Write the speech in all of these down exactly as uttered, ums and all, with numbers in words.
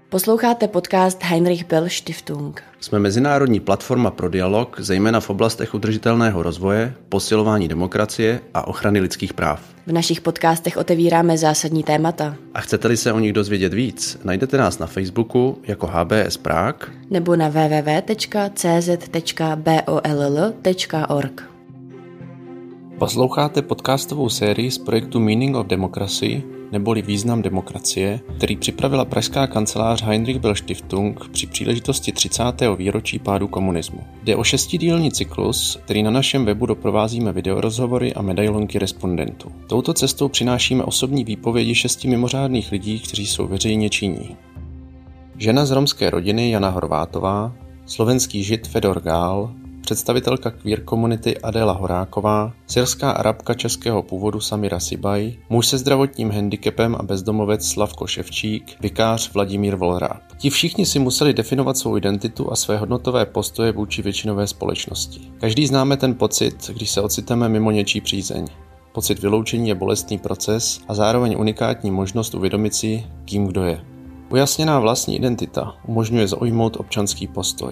Posloucháte podcast Heinrich Böll Stiftung. Jsme mezinárodní platforma pro dialog, zejména v oblastech udržitelného rozvoje, posilování demokracie a ochrany lidských práv. V našich podcastech otevíráme zásadní témata. A chcete-li se o nich dozvědět víc, najdete nás na Facebooku jako H B S Prague nebo na w w w tečka c z tečka boll tečka org. Posloucháte podcastovou sérii z projektu Meaning of Democracy, neboli Význam demokracie, který připravila pražská kancelář Heinrich Böll Stiftung při příležitosti třicátého výročí pádu komunismu. Jde o šestidílný cyklus, který na našem webu doprovázíme videorozhovory a medailonky respondentů. Touto cestou přinášíme osobní výpovědi šesti mimořádných lidí, kteří jsou veřejně činní. Žena z romské rodiny Jana Horvátová, slovenský žid Fedor Gál, představitelka queer komunity Adéla Horáková, syrská Arabka českého původu Samira Sibaj, muž se zdravotním handicapem a bezdomovec Slavko Ševčík, vikář Vladimír Volráb. Ti všichni si museli definovat svou identitu a své hodnotové postoje vůči většinové společnosti. Každý známe ten pocit, když se ocitneme mimo něčí přízeň. Pocit vyloučení je bolestný proces a zároveň unikátní možnost uvědomit si, kým kdo je. Ujasněná vlastní identita umožňuje zaujmout občanský postoj.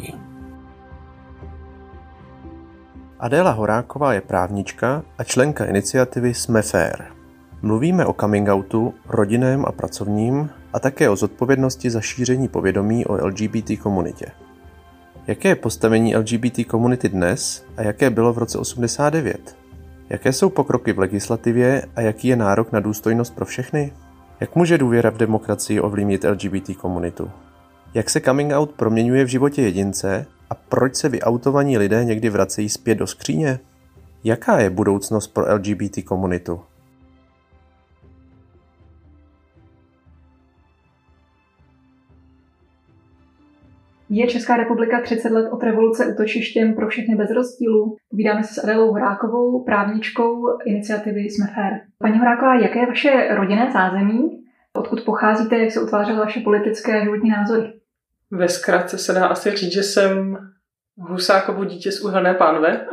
Adéla Horáková je právnička a členka iniciativy Jsme fair. Mluvíme o coming outu, rodinném a pracovním a také o zodpovědnosti za šíření povědomí o L G B T komunitě. Jaké je postavení L G B T komunity dnes a jaké bylo v roce osmdesát devět? Jaké jsou pokroky v legislativě a jaký je nárok na důstojnost pro všechny? Jak může důvěra v demokracii ovlivnit L G B T komunitu? Jak se coming out proměňuje v životě jedince a proč se vyautovaní lidé někdy vracejí zpět do skříně? Jaká je budoucnost pro L G B T komunitu? Je Česká republika třicet let od revoluce útočištěm pro všechny bez rozdílu? Povídáme se s Adélou Horákovou, právničkou iniciativy Jsme fair. Paní Horáková, jaké je vaše rodinné zázemí? Odkud pocházíte, jak se utvářely vaše politické a životní názory? Ve zkratce se dá asi říct, že jsem Husákovo dítě z Uhelné pánve.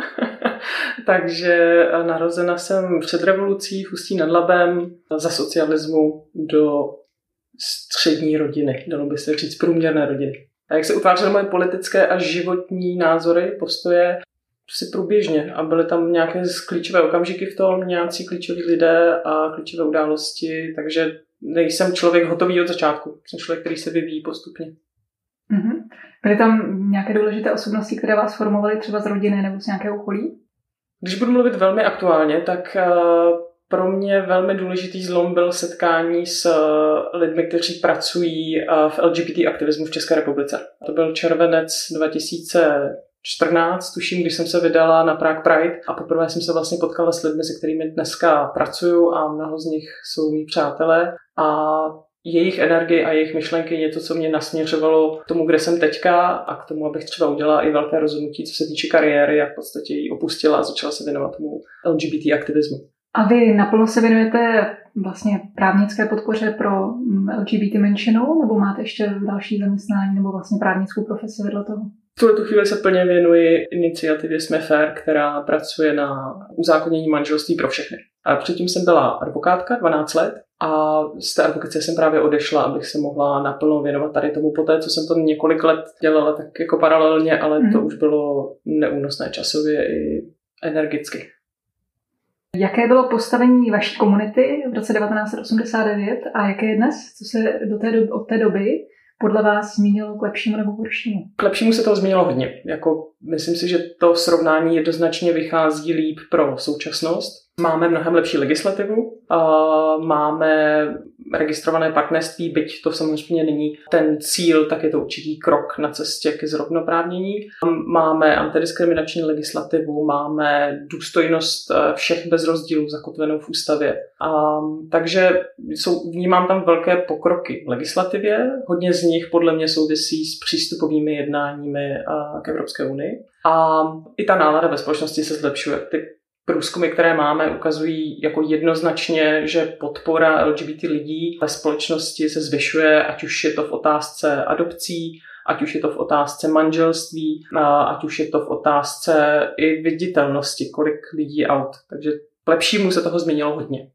Takže narozena jsem před revolucí v Ústí nad Labem za socialismu do střední rodiny, dalo by se říct průměrné rodiny. A jak se utvářely moje politické a životní názory, postoje, si průběžně. A byly tam nějaké klíčové okamžiky v tom, nějací klíčoví lidé a klíčové události, takže nejsem člověk hotový od začátku. Jsem člověk, který se vyvíjí postupně. Mm-hmm. Byly tam nějaké důležité osobnosti, které vás formovaly třeba z rodiny nebo z nějakého okolí? Když budu mluvit velmi aktuálně, tak pro mě velmi důležitý zlom byl setkání s lidmi, kteří pracují v L G B T aktivismu v České republice. To byl červenec dva tisíce čtrnáct, tuším, když jsem se vydala na Prague Pride a poprvé jsem se vlastně potkala s lidmi, se kterými dneska pracuju a mnoho z nich jsou mý přátelé a jejich energie a jejich myšlenky je něco, co mě nasměřovalo k tomu, kde jsem teďka a k tomu, abych třeba udělala i velké rozhodnutí, co se týče kariéry a v podstatě ji opustila a začala se věnovat tomu L G B T aktivismu. A vy naplno se věnujete vlastně právnické podpoře pro L G B T menšinu nebo máte ještě další zaměstnání nebo vlastně právnickou profesi vedle toho? V tuhle chvíli se plně věnuji iniciativě Jsme fair, která pracuje na uzákonění manželství pro všechny. A předtím jsem byla advokátka dvanáct let a z té advokace jsem právě odešla, abych se mohla naplno věnovat tady tomu poté, co jsem to několik let dělala tak jako paralelně, ale mm. to už bylo neúnosné časově i energicky. Jaké bylo postavení vaší komunity v roce devatenáct set osmdesát devět a jaké je dnes? Co se do té doby, od té doby podle vás změnilo k lepšímu nebo horšímu? K lepšímu se toho změnilo hodně. Jako, myslím si, že to srovnání jednoznačně vychází líp pro současnost. Máme mnohem lepší legislativu, máme registrované partnerství, byť to samozřejmě není ten cíl, tak je to určitý krok na cestě ke zrovnoprávnění. Máme antidiskriminační legislativu, máme důstojnost všech bez rozdílu zakotvenou v ústavě. A, takže jsou, vnímám tam velké pokroky v legislativě, hodně z nich podle mě souvisí s přístupovými jednáními k Evropské unii. A i ta nálada ve společnosti se zlepšuje. Ty průzkumy, které máme, ukazují jako jednoznačně, že podpora L G B T lidí ve společnosti se zvyšuje, ať už je to v otázce adopcí, ať už je to v otázce manželství, ať už je to v otázce i viditelnosti, kolik lidí je out. Takže k lepšímu se toho změnilo hodně.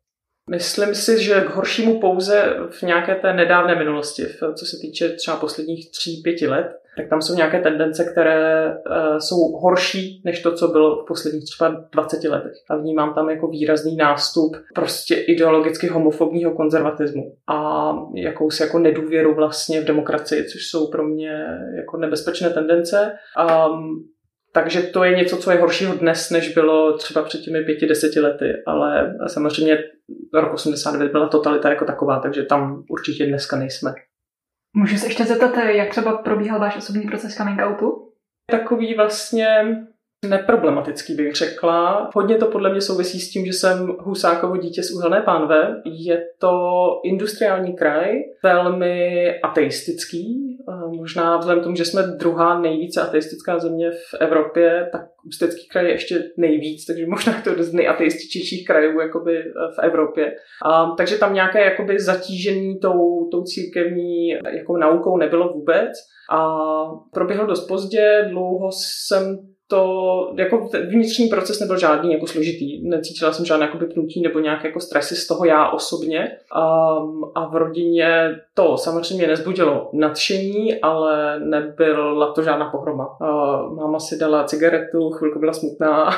Myslím si, že k horšímu pouze v nějaké té nedávné minulosti, co se týče třeba posledních tří, pěti let, tak tam jsou nějaké tendence, které uh, jsou horší než to, co bylo v posledních třeba dvaceti letech. A vnímám tam jako výrazný nástup prostě ideologicky homofobního konzervatismu a jakousi jako nedůvěru vlastně v demokracii, což jsou pro mě jako nebezpečné tendence. Um, takže to je něco, co je horšího dnes, než bylo třeba před těmi pěti, deseti lety, ale samozřejmě rok osmdesát devět byla totalita jako taková, takže tam určitě dneska nejsme. Můžu se ještě zeptat, jak třeba probíhal váš osobní proces coming outu? Takový vlastně neproblematický, bych řekla. Hodně to podle mě souvisí s tím, že jsem Husákovo dítě z Uhelné pánve. Je to industriální kraj, velmi ateistický. Možná vzhledem k tomu, že jsme druhá nejvíce ateistická země v Evropě, tak Ústecký kraj je ještě nejvíc, takže možná to je z nejateističtějších krajů jakoby v Evropě. A, takže tam nějaké jakoby zatížení tou, tou církevní jako naukou nebylo vůbec. A proběhlo dost pozdě, dlouho jsem to, jako vnitřní proces nebyl žádný jako složitý. Necítila jsem žádné jakoby pnutí nebo nějaké jako stresy z toho já osobně. Um, a v rodině to samozřejmě nezbudilo nadšení, ale nebyla to žádná pohroma. Uh, máma si dala cigaretu, chvilku byla smutná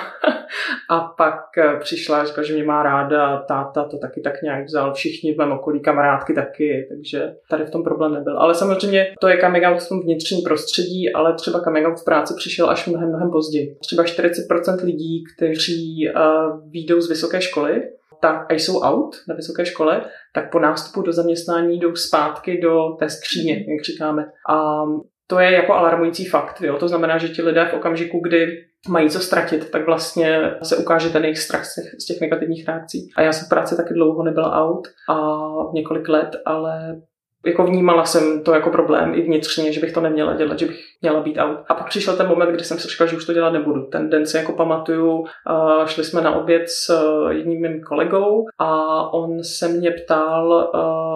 a pak přišla a řekla, že mě má ráda, táta to taky tak nějak vzal, všichni v mém okolí, kamarádky taky, takže tady v tom problém nebyl. Ale samozřejmě to je coming out v tom vnitřním prostředí, ale třeba coming out v práci přišel až mnohem, mnohem později. Třeba čtyřicet procent lidí, kteří uh, výjdou z vysoké školy, tak a jsou out na vysoké škole, tak po nástupu do zaměstnání jdou zpátky do té skříně, jak říkáme. A to je jako alarmující fakt. Jo? To znamená, že ti lidé v okamžiku, kdy mají co ztratit, tak vlastně se ukáže ten jejich strach z těch, z těch negativních reakcí. A já jsem v práci taky dlouho nebyla out a několik let, ale jako vnímala jsem to jako problém i vnitřně, že bych to neměla dělat, že bych měla být out. A pak přišel ten moment, kdy jsem si říkala, že už to dělat nebudu. Ten den si jako pamatuju, šli jsme na oběd s jedním mým kolegou a on se mě ptal,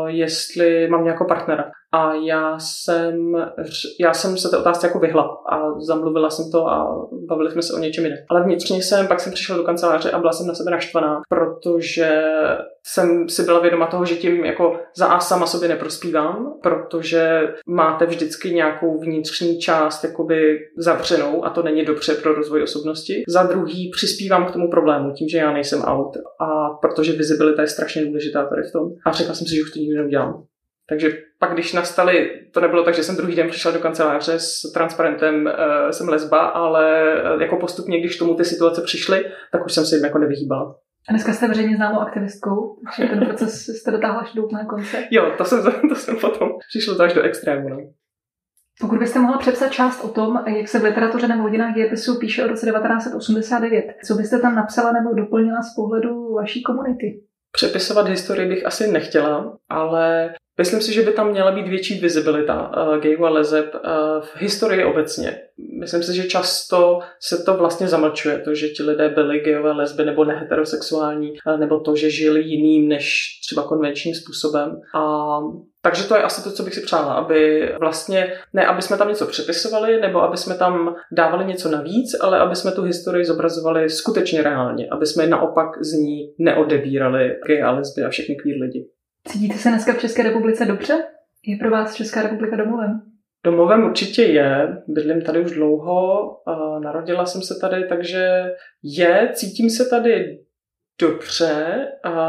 jestli mám nějakého partnera. A já jsem, já jsem se té otázce jako vyhla a zamluvila jsem to a bavili jsme se o něčem jiném. Ale vnitřně jsem, pak jsem přišla do kanceláře a byla jsem na sebe naštvaná, protože jsem si byla vědoma toho, že tím jako za A sama sobě neprospívám, protože máte vždycky nějakou vnitřní část jakoby zavřenou a to není dobře pro rozvoj osobnosti. Za druhý přispívám k tomu problému tím, že já nejsem out a protože vizibilita je strašně důležitá tady v tom. A řekla jsem si, že už to nikdy neudělám. Takže pak, když nastaly, to nebylo tak, že jsem druhý den přišla do kanceláře s transparentem, uh, jsem lesba, ale jako postupně, když tomu ty situace přišly, tak už jsem se jim jako nevyhýbala. A dneska jste veřejně známou aktivistkou, takže ten proces jste dotáhla až do úplného konce. Jo, to jsem, to jsem potom přišlo to až do extrému. No. Pokud byste mohla přepsat část o tom, jak se v literatuře nebo hodinách dějepisu píše o roce devatenáct set osmdesát devět, co byste tam napsala nebo doplnila z pohledu vaší komunity? Přepisovat historii bych asi nechtěla, ale myslím si, že by tam měla být větší vizibilita uh, gayů a leseb uh, v historii obecně. Myslím si, že často se to vlastně zamlčuje, to, že ti lidé byli gayové, lesby nebo neheterosexuální, uh, nebo to, že žili jiným než třeba konvenčním způsobem. A takže to je asi to, co bych si přála, aby vlastně, ne aby jsme tam něco přepisovali, nebo aby jsme tam dávali něco navíc, ale aby jsme tu historii zobrazovali skutečně reálně, aby jsme naopak z ní neodebírali gay a lesby a všechny queer lidi. Cítíte se dneska v České republice dobře? Je pro vás Česká republika domovem? Domovem určitě je, bydlím tady už dlouho, narodila jsem se tady, takže je, cítím se tady dobře,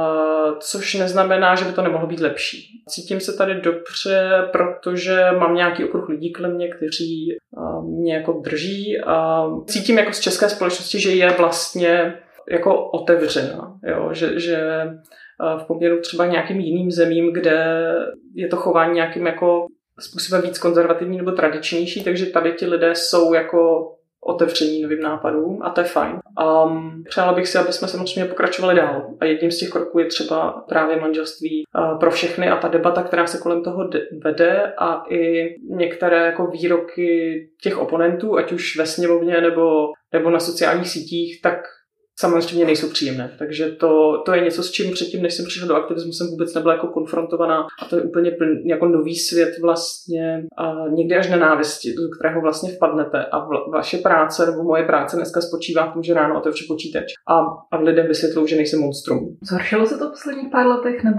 což neznamená, že by to nemohlo být lepší. Cítím se tady dobře, protože mám nějaký okruh lidí kolem mě, kteří mě jako drží a cítím jako z české společnosti, že je vlastně jako otevřená, jo? Že, že v poměru třeba nějakým jiným zemím, kde je to chování nějakým jako způsobem víc konzervativní nebo tradičnější, takže tady ti lidé jsou jako otevření novým nápadům a to je fajn. Um, přála bych si, aby jsme samozřejmě pokračovali dál a jedním z těch kroků je třeba právě manželství uh, pro všechny a ta debata, která se kolem toho de- vede a i některé jako výroky těch oponentů, ať už ve sněmovně nebo, nebo na sociálních sítích, tak samozřejmě nejsou příjemné. Takže to, to je něco, s čím předtím, než jsem přišla do aktivismu, jsem vůbec nebyla jako konfrontovaná a to je úplně pln, jako nový svět vlastně a někdy až nenávisti, do kterého vlastně vpadnete a vla, vaše práce nebo moje práce dneska spočívá v tom, že ráno otevřu počítač a, a lidem vysvětlou, že nejsem monstrum. Zhoršilo se to v posledních pár letech nebo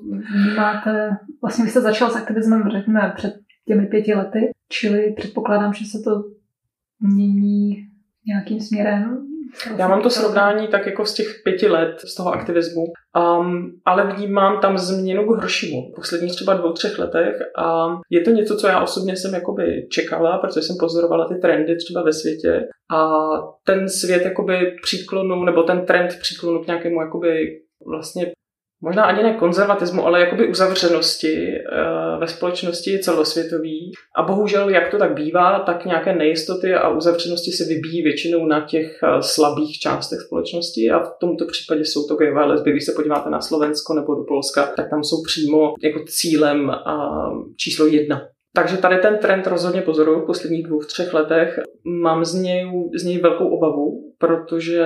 máte, vlastně vy jste začal s aktivismem, řekněme, před těmi pěti lety, čili předpokládám, že se to mění nějakým směrem? Já mám to srovnání tak jako z těch pěti let z toho aktivismu, um, ale vnímám tam změnu k horšímu v posledních třeba dvou, třech letech a je to něco, co já osobně jsem jakoby čekala, protože jsem pozorovala ty trendy třeba ve světě a ten svět jakoby příklonu, nebo ten trend příklonu k nějakému jakoby vlastně možná ani ne konzervatismu, ale jakoby uzavřenosti uh, ve společnosti je celosvětový. A bohužel, jak to tak bývá, tak nějaké nejistoty a uzavřenosti se vybíjí většinou na těch uh, slabých částech společnosti a v tomto případě jsou to gayové lesby. Když se podíváte na Slovensko nebo do Polska, tak tam jsou přímo jako cílem uh, číslo jedna. Takže tady ten trend rozhodně pozoruju v posledních dvou, třech letech. Mám z něj, z něj velkou obavu, protože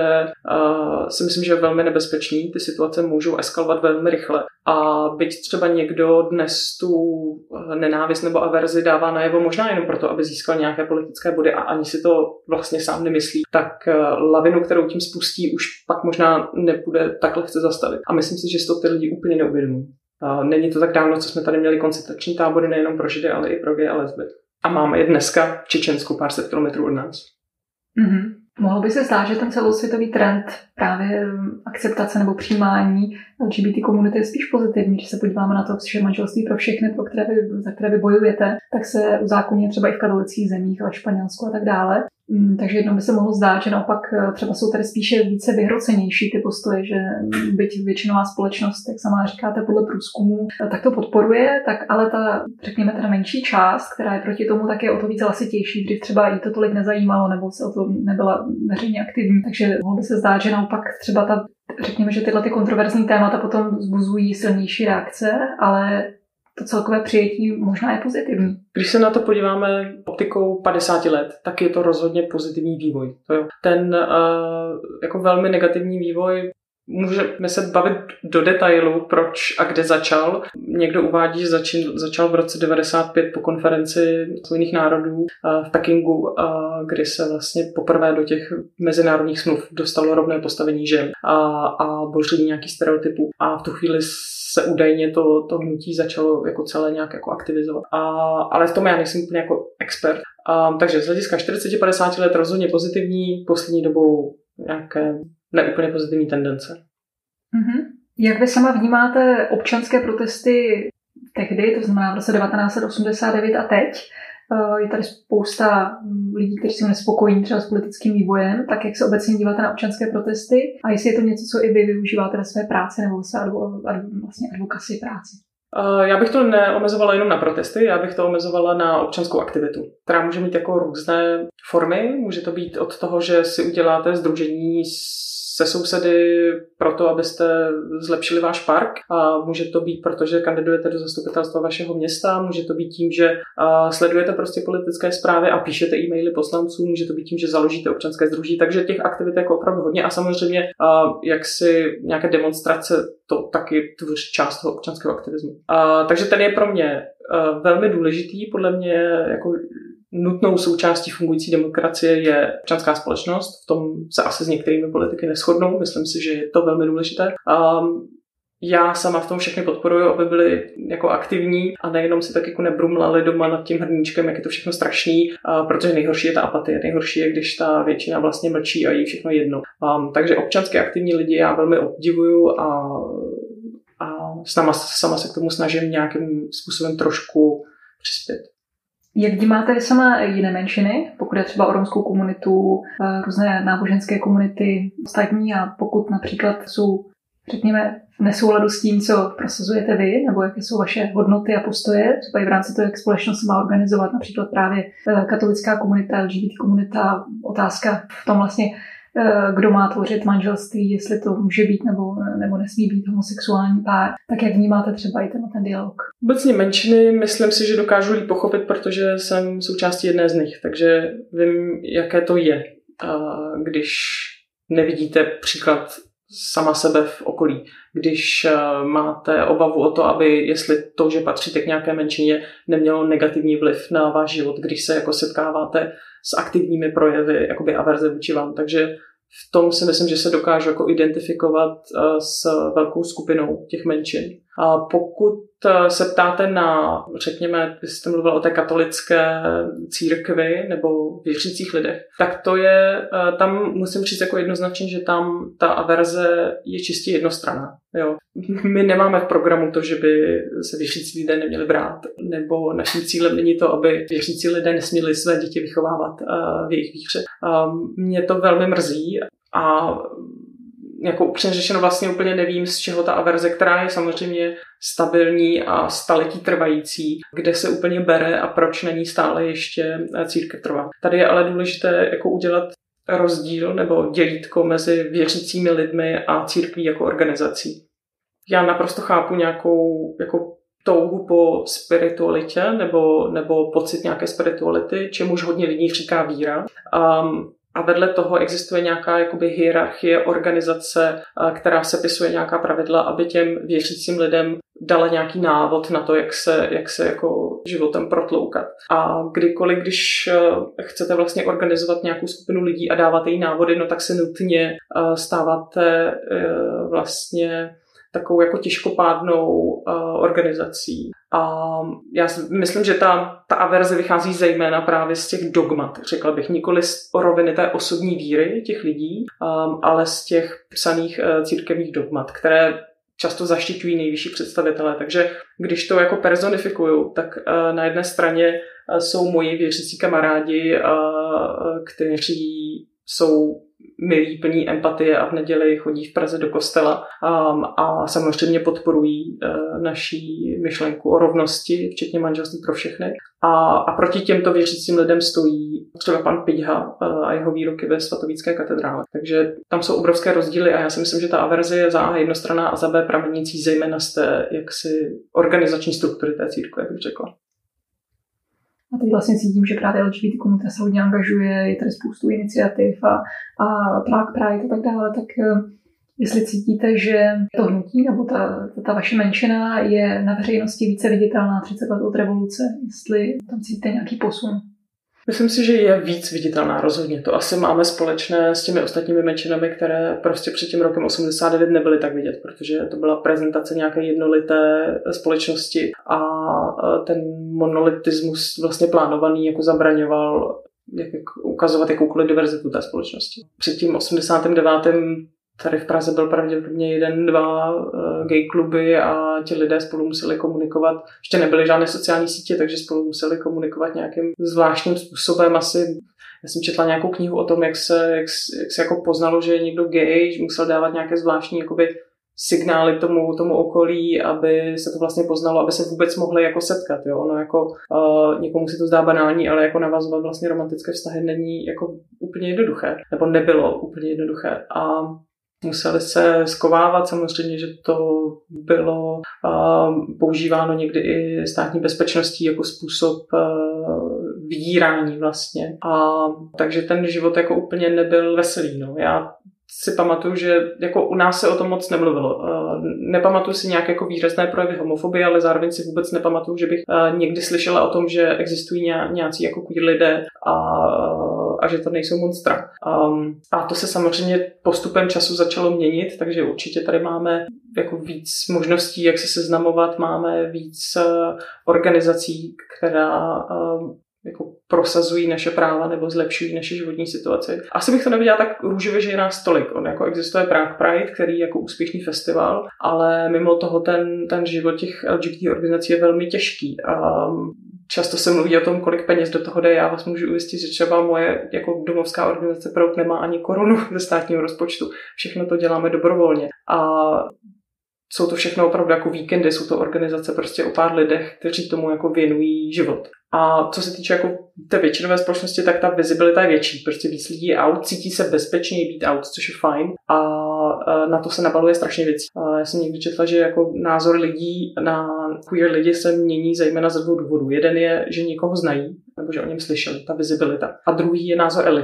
uh, si myslím, že je velmi nebezpečný. Ty situace můžou eskalovat velmi rychle. A byť třeba někdo dnes tu nenávist nebo averzi dává najevo možná jenom proto, aby získal nějaké politické body a ani si to vlastně sám nemyslí, tak uh, lavinu, kterou tím spustí, už pak možná nebude tak lehce zastavit. A myslím si, že si to ty lidi úplně neuvědomují. Není to tak dávno, co jsme tady měli koncentrační tábory nejenom pro židy, ale i pro gay a lesby. A máme je dneska v Čečensku, pár set kilometrů od nás. Mm-hmm. Mohlo by se zdát, že ten celosvětový trend právě akceptace nebo přijímání L G B T komunity je spíš pozitivní. Když se podíváme na to, že manželství pro všechny, pro které vy, za které vy bojujete, tak se uzákoní třeba i v katolických zemích, ale v Španělsku a tak dále. Takže jednou by se mohlo zdát, že naopak třeba jsou tady spíše více vyhrocenější ty postoje, že byť většinová společnost, jak sama říkáte, podle průzkumu, tak to podporuje, tak ale ta, řekněme, ta menší část, která je proti tomu, tak je o to více hlasitější, když třeba jí to tolik nezajímalo nebo se o to nebyla veřejně aktivní. Takže mohlo by se zdát, že naopak třeba ta, řekněme, že tyhle ty kontroverzní témata potom vzbuzují silnější reakce, ale to celkové přijetí možná je pozitivní. Když se na to podíváme optikou padesáti let, tak je to rozhodně pozitivní vývoj. To jo. Ten uh, jako velmi negativní vývoj, můžeme se bavit do detailu, proč a kde začal. Někdo uvádí, že začal, začal v roce devadesát pět po konferenci Spojených národů uh, v Pekingu, uh, kdy se vlastně poprvé do těch mezinárodních smluv dostalo rovné postavení žen a, a boření nějakých stereotypů. A v tu chvíli se údajně to, to hnutí začalo jako celé nějak jako aktivizovat. A, ale v tom já nejsem úplně jako expert. A, takže z hlediska čtyřicet padesát let rozhodně pozitivní, poslední dobou nějaké neúplně pozitivní tendence. Mm-hmm. Jak vy sama vnímáte občanské protesty tehdy, to znamená v roce devatenáct set osmdesát devět a teď? Je tady spousta lidí, kteří jsou nespokojení třeba s politickým vývojem, tak jak se obecně díváte na občanské protesty a jestli je to něco, co i vy využíváte ve své práci nebo ve své advo, vlastně advokaci práci? Já bych to neomezovala jenom na protesty, já bych to omezovala na občanskou aktivitu, která může mít jako různé formy. Může to být od toho, že si uděláte sdružení se sousedy proto, abyste zlepšili váš park. A může to být, protože kandidujete do zastupitelstva vašeho města, může to být tím, že sledujete prostě politické zprávy a píšete e-maily poslancům, může to být tím, že založíte občanské sdružení, takže těch aktivit je jako opravdu hodně a samozřejmě jak si nějaké demonstrace, to taky tvoří část toho občanského aktivismu. A, takže ten je pro mě velmi důležitý, podle mě jako nutnou součástí fungující demokracie je občanská společnost. V tom se asi s některými politiky neshodnou. Myslím si, že je to velmi důležité. Um, já sama v tom všechny podporuji, aby byli jako aktivní a nejenom si tak jako nebrumlali doma nad tím hrníčkem, jak je to všechno strašný, uh, protože nejhorší je ta apatie. Nejhorší je, když ta většina vlastně mlčí a jí všechno jedno. Um, takže občansky aktivní lidi já velmi obdivuju a, a sama, sama se k tomu snažím nějakým způsobem trošku přispět. Jak vnímáte vy sama jiné menšiny, pokud je třeba o romskou komunitu, různé náboženské komunity ostatní a pokud například jsou, řekněme, v nesouladu s tím, co prosazujete vy, nebo jaké jsou vaše hodnoty a postoje, třeba i v rámci toho, jak společnost se má organizovat, například právě katolická komunita, L G B T komunita, otázka v tom vlastně, kdo má tvořit manželství, jestli to může být nebo, nebo nesmí být homosexuální pár. Tak jak vnímáte třeba i ten, ten dialog? Obecně menšiny myslím si, že dokážu líp pochopit, protože jsem součástí jedné z nich, takže vím, jaké to je, když nevidíte příklad sama sebe v okolí. Když máte obavu o to, aby jestli to, že patříte k nějaké menšině, nemělo negativní vliv na váš život, když se jako setkáváte s aktivními projevy jakoby averze vůči vám. Takže v tom si myslím, že se dokážu jako identifikovat s velkou skupinou těch menšin. A pokud se ptáte na, řekněme, vy jste mluvila o té katolické církvi nebo věřících lidech, tak to je, tam musím říct jako jednoznačně, že tam ta averze je čistě jednostranná. Jo. My nemáme v programu to, že by se věřící lidé neměli brát, nebo naším cílem není to, aby věřící lidé nesměli své děti vychovávat v jejich víře. Mě to velmi mrzí a jako upřímně řečeno vlastně úplně nevím, z čeho ta averze, která je samozřejmě stabilní a staletí trvající, kde se úplně bere a proč na ní stále ještě církev trvá. Tady je ale důležité jako udělat rozdíl nebo dělítko mezi věřícími lidmi a církví jako organizací. Já naprosto chápu nějakou jako touhu po spiritualitě nebo, nebo pocit nějaké spirituality, čemuž hodně lidí říká víra. Um, A vedle toho existuje nějaká jakoby hierarchie organizace, která sepisuje nějaká pravidla, aby těm věřícím lidem dala nějaký návod na to, jak se, jak se jako životem protloukat. A kdykoliv, když chcete vlastně organizovat nějakou skupinu lidí a dáváte jí návody, no tak se nutně stáváte vlastně takovou jako těžkopádnou uh, organizací. A já myslím, že ta, ta averze vychází zejména právě z těch dogmat, řekla bych, nikoli z roviny té osobní víry těch lidí, um, ale z těch psaných uh, církevních dogmat, které často zaštiťují nejvyšší představitelé. Takže když to jako personifikuju, tak uh, na jedné straně uh, jsou moji věřící kamarádi, uh, kteří jsou milí, plní empatie a v neděli chodí v Praze do kostela um, a samozřejmě podporují uh, naší myšlenku o rovnosti, včetně manželství pro všechny. A, a proti těmto věřícím lidem stojí třeba pan Piťha uh, a jeho výroky ve Svatovícké katedrále. Takže tam jsou obrovské rozdíly a já si myslím, že ta averze je za A jednostranná a za B pramenící zejména z té jaksi organizační struktury té církve, jak bych řekla. A teď vlastně cítím, že právě L G B T komunita se hodně angažuje, je tady spoustu iniciativ a, a Prague Pride a tak dále, tak jestli cítíte, že to hnutí nebo ta, ta, ta vaše menšina je na veřejnosti více viditelná třicet let od revoluce, jestli tam cítíte nějaký posun? Myslím si, že je víc viditelná rozhodně. To asi máme společné s těmi ostatními menšinami, které prostě před tím rokem osmdesát devět nebyly tak vidět, protože to byla prezentace nějaké jednolité společnosti a ten monolitismus vlastně plánovaný jako zabraňoval jak ukazovat jakoukoliv diverzitu té společnosti. Před tím osmdesátým devátým tady v Praze byl pravděpodobně jeden, dva uh, gay kluby a ti lidé spolu museli komunikovat. Ještě nebyly žádné sociální sítě, takže spolu museli komunikovat nějakým zvláštním způsobem. Asi já jsem četla nějakou knihu o tom, jak se, jak, jak se jako poznalo, že je někdo gay, že musel dávat nějaké zvláštní jakoby signály tomu, tomu okolí, aby se to vlastně poznalo, aby se vůbec mohli jako setkat. Jo? Ono jako, uh, někomu si to zdá banální, ale jako navazovat vlastně romantické vztahy není jako úplně jednoduché. Nebo nebylo úplně jednoduché. A museli se skovávat, samozřejmě, že to bylo uh, používáno někdy i státní bezpečností jako způsob uh, vydírání vlastně. A takže ten život jako úplně nebyl veselý. No. Já si pamatuju, že jako u nás se o tom moc nemluvilo. Uh, nepamatuju si nějaké jako výrazné projevy homofobie, ale zároveň si vůbec nepamatuju, že bych uh, někdy slyšela o tom, že existují ně, nějací jako queer lidé a a že to nejsou monstra. Um, a to se samozřejmě postupem času začalo měnit, takže určitě tady máme jako víc možností, jak se seznamovat, máme víc uh, organizací, která uh, jako prosazují naše práva nebo zlepšují naše životní situaci. Asi bych to neviděla tak růžově, že je nás tolik. On jako existuje Prague Pride, který je jako úspěšný festival, ale mimo toho ten, ten život těch L G B T organizací je velmi těžký. Um, Často se mluví o tom, kolik peněz do toho jde. Já vás můžu ujistit, že třeba moje jako domovská organizace Proud nemá ani korunu ze státního rozpočtu. Všechno to děláme dobrovolně. A jsou to všechno opravdu jako víkendy, jsou to organizace prostě o pár lidech, kteří tomu jako věnují život. A co se týče jako té většinové společnosti, tak ta vizibilita je větší. Prostě víc lidí je out, cítí se bezpečněji být out, což je fajn. A na to se nabaluje strašně věcí. A já jsem někdy četla, že jako názor lidí na queer lidi se mění zejména ze dvou důvodů. Jeden je, že někoho znají, nebo že o něm slyšeli, ta vizibilita. A druhý je názor elit.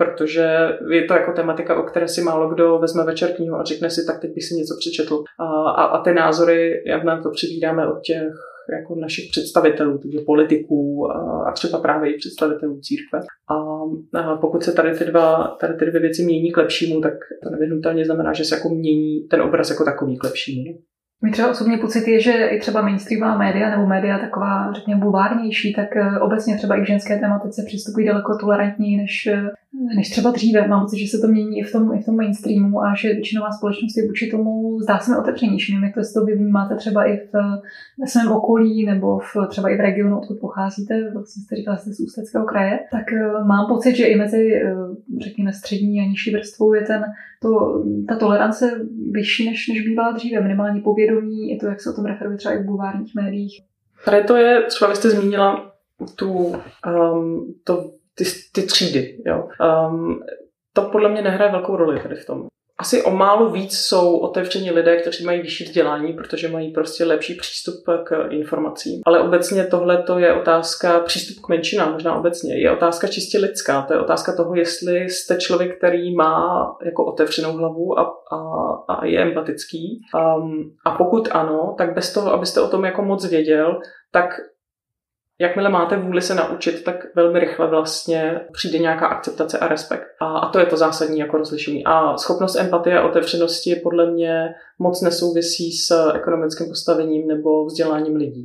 protože je to jako tematika, o které si málo kdo vezme večer knihu a řekne si, tak teď bych si něco přečetl. A, a, a ty názory, jak nám to přibíráme od těch jako našich představitelů, takže politiků a, a třeba právě i představitelů církve. A, a pokud se tady ty, dva, tady ty dvě věci mění k lepšímu, tak to nevyhnutelně znamená, že se jako mění ten obraz jako takový k lepšímu. Mně třeba osobní pocit je, že i třeba mainstreamová média nebo média taková, řekněme, bulvárnější, tak obecně třeba i v ženské tematice přistupují daleko tolerantněji než, než třeba dříve. Mám pocit, že se to mění i v tom, i v tom mainstreamu a že většinová společnost je vůči tomu zdá se mi otevřenější. Nevím, jak to, to vy vnímáte třeba i v, ve svém okolí nebo v, třeba i v regionu, odkud pocházíte, vlastně jste říkala, jste z Ústeckého kraje, tak mám pocit, že i mezi, řekněme, střední a nižší vrstvou je ten, to, ta tolerance vyšší, než, než bývala dříve. Minimální povědomí, je to, jak se o tom referuje třeba i v bulvárních médiích. Tady to je, třeba vy jste zmínila tu, um, to, ty, ty třídy. Jo. Um, to podle mě nehraje velkou roli tady v tom. Asi o málo víc jsou otevření lidé, kteří mají vyšší vzdělání, protože mají prostě lepší přístup k informacím. Ale obecně tohle to je otázka přístup k menšinám, možná obecně. Je otázka čistě lidská. To je otázka toho, jestli jste člověk, který má jako otevřenou hlavu a, a, a je empatický. Um, a pokud ano, tak bez toho, abyste o tom jako moc věděl, tak jakmile máte vůli se naučit, tak velmi rychle vlastně přijde nějaká akceptace a respekt. A, a to je to zásadní jako rozlišení. A schopnost empatie a otevřenosti podle mě moc nesouvisí s ekonomickým postavením nebo vzděláním lidí.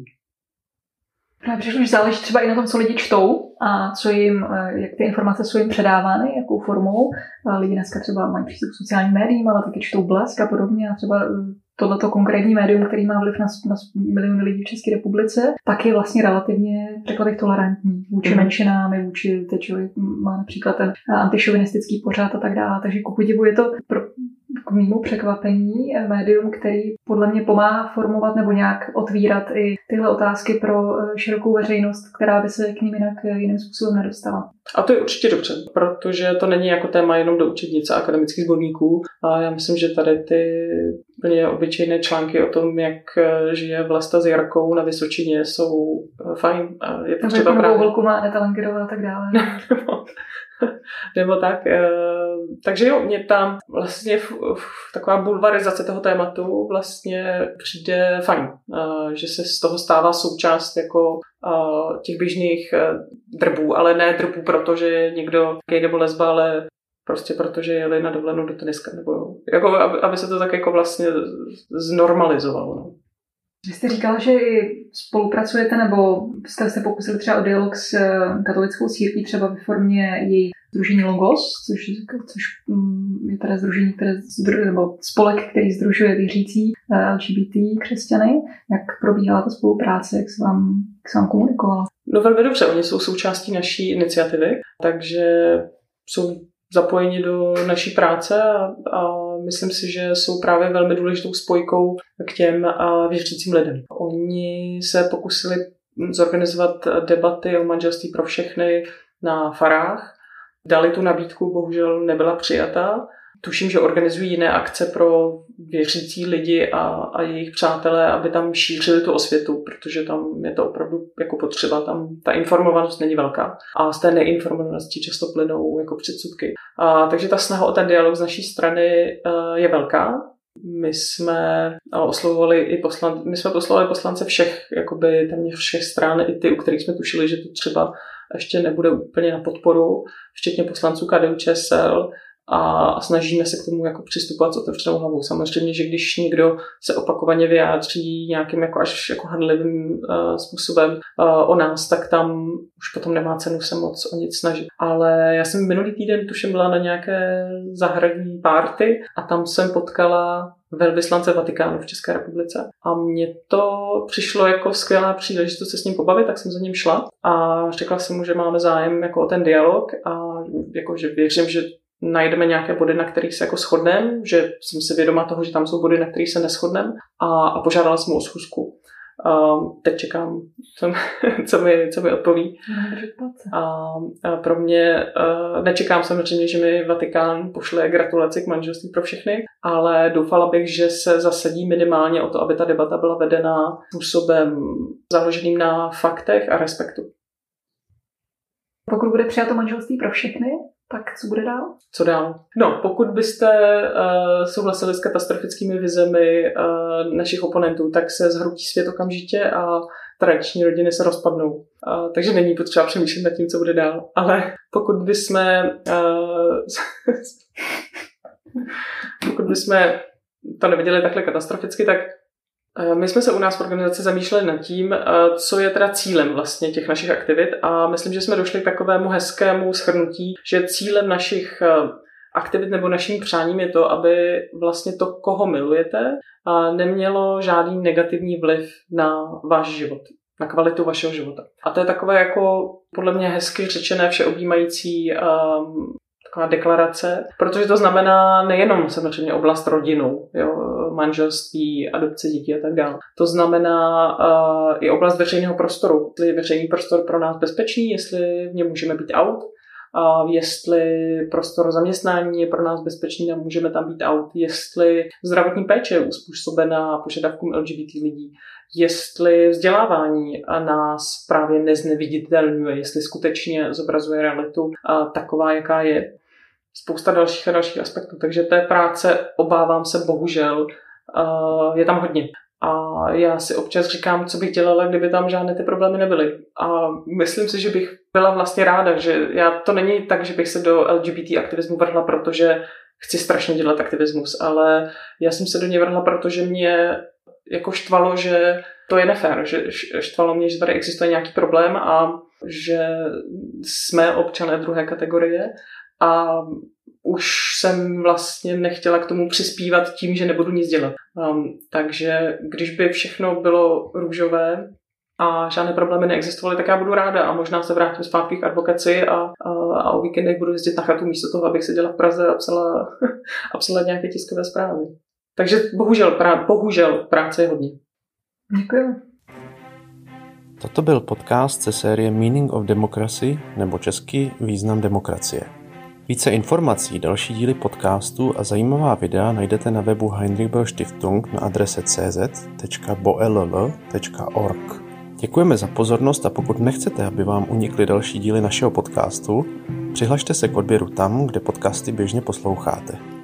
No, protože už záleží třeba i na tom, co lidi čtou a co jim, jak ty informace jsou jim předávány, jakou formou. Lidi dneska třeba mají přístup k sociálním médiím, ale taky čtou Blesk a podobně a třeba tohleto konkrétní médium, který má vliv na, na miliony lidí v České republice, tak je vlastně relativně, řekla bych, tolerantní vůči mm. menšinám, i vůči teď má například ten antišovinistický pořad a tak dále. Takže ku podivu je to pro, k mému překvapení médium, který podle mě pomáhá formovat nebo nějak otvírat i tyhle otázky pro širokou veřejnost, která by se k ním jinak jiným způsobem nedostala. A to je určitě dobře, protože to není jako téma jenom do učebnice akademických sborníků. A já myslím, že tady ty úplně obyčejné články o tom, jak žije Vlasta s Jarkou na Vysočině, jsou fajn. A je to třeba právě... Volku má Aneta Langerová a tak dále. Nebo tak. Takže jo, mě tam vlastně taková bulvarizace toho tématu vlastně přijde fajn. Že se z toho stává součást jako těch běžných drbů, ale ne drbů, protože někdo gay nebo lesba, ale prostě protože jeli na dovolenou do Tuniska. Nebo jako, aby, aby se to tak jako vlastně znormalizovalo. No. Vy jste říkala, že spolupracujete nebo jste se pokusili třeba o dialog s katolickou církví třeba ve formě její sdružení Logos, což, což je teda sdružení, které nebo spolek, který sdružuje věřící L G B T křesťany. Jak probíhala ta spolupráce, jak se vám, jak se vám komunikovala? No velmi dobře, oni jsou součástí naší iniciativy, takže jsou zapojeni do naší práce a, a myslím si, že jsou právě velmi důležitou spojkou k těm věřícím lidem. Oni se pokusili zorganizovat debaty o manželství pro všechny na farách. Dali tu nabídku, bohužel nebyla přijata. Tuším, že organizují jiné akce pro věřící lidi a, a jejich přátelé, aby tam šířili tu osvětu, protože tam je to opravdu jako potřeba. Tam ta informovanost není velká a z té neinformovanosti často plynou jako předsudky. A, takže ta snaha o ten dialog z naší strany uh, je velká. My jsme oslovovali i poslan, my jsme poslovali poslance všech, jakoby téměř všech stran, i ty, u kterých jsme tušili, že to třeba ještě nebude úplně na podporu, včetně poslanců K D U Č S L, a snažíme se k tomu jako přistupovat s otevřenou hlavou. Samozřejmě, že když někdo se opakovaně vyjádří nějakým jako až jako handlivým uh, způsobem uh, o nás, tak tam už potom nemá cenu se moc o nic snažit. Ale já jsem minulý týden tuším byla na nějaké zahradní party a tam jsem potkala velvyslance Vatikánu v České republice. A mně to přišlo jako skvělá příležitost se s ním pobavit, tak jsem za ním šla a řekla jsem mu, že máme zájem jako o ten dialog a jako, že věřím, že najdeme nějaké body, na kterých se jako shodneme, že jsem si vědoma toho, že tam jsou body, na kterých se neshodneme a, a požádala jsem o schůzku. Uh, teď čekám, co, co, mi, co mi odpoví. A, a pro mě uh, nečekám samozřejmě, že mi Vatikán pošle gratulaci k manželství pro všechny, ale doufala bych, že se zasadí minimálně o to, aby ta debata byla vedena způsobem založeným na faktech a respektu. Pokud bude přijato manželství pro všechny, Tak co bude dál? Co dál? No, pokud byste uh, souhlasili s katastrofickými vizemi uh, našich oponentů, tak se zhrutí svět okamžitě a tradiční rodiny se rozpadnou. Uh, takže není potřeba přemýšlet nad tím, co bude dál. Ale pokud bychom uh, pokud bychom to neviděli takhle katastroficky, tak my jsme se u nás v organizaci zamýšleli nad tím, co je teda cílem vlastně těch našich aktivit a myslím, že jsme došli k takovému hezkému shrnutí, že cílem našich aktivit nebo naším přáním je to, aby vlastně to, koho milujete, nemělo žádný negativní vliv na váš život, na kvalitu vašeho života. A to je takové jako podle mě hezky řečené všeobjímající um, taková deklarace, protože to znamená nejenom samozřejmě oblast rodinou, jo, manželství, adopce dětí a tak dále. To znamená uh, i oblast veřejného prostoru. Jestli je veřejný prostor pro nás bezpečný, jestli v něm můžeme být out, uh, jestli prostor zaměstnání je pro nás bezpečný a můžeme tam být out, jestli zdravotní péče je uspůsobená požadavkům L G B T lidí, jestli vzdělávání nás právě nezneviditelňuje, jestli skutečně zobrazuje realitu uh, taková, jaká je. Spousta dalších a dalších aspektů. Takže té práce, obávám se, bohužel, je tam hodně. A já si občas říkám, co bych dělala, kdyby tam žádné ty problémy nebyly. A myslím si, že bych byla vlastně ráda, že já, to není tak, že bych se do L G B T aktivismu vrhla, protože chci strašně dělat aktivismus, ale já jsem se do něj vrhla, protože mě jako štvalo, že to je nefér, že štvalo mě, že tady existuje nějaký problém a že jsme občané druhé kategorie. A už jsem vlastně nechtěla k tomu přispívat tím, že nebudu nic dělat. Um, takže když by všechno bylo růžové a žádné problémy neexistovaly, tak já budu ráda a možná se vrátím zpátky k advokaci a, a, a o víkendech budu jezdit na chatu místo toho, abych seděla v Praze a psala, a psala nějaké tiskové zprávy. Takže bohužel, prá, bohužel práce je hodně. Děkuji. Toto byl podcast ze série Meaning of Democracy, nebo česky Význam demokracie. Více informací, další díly podcastu a zajímavá videa najdete na webu Heinrich Böll Stiftung na adrese c z tečka b o l l tečka org. Děkujeme za pozornost a pokud nechcete, aby vám unikly další díly našeho podcastu, přihlašte se k odběru tam, kde podcasty běžně posloucháte.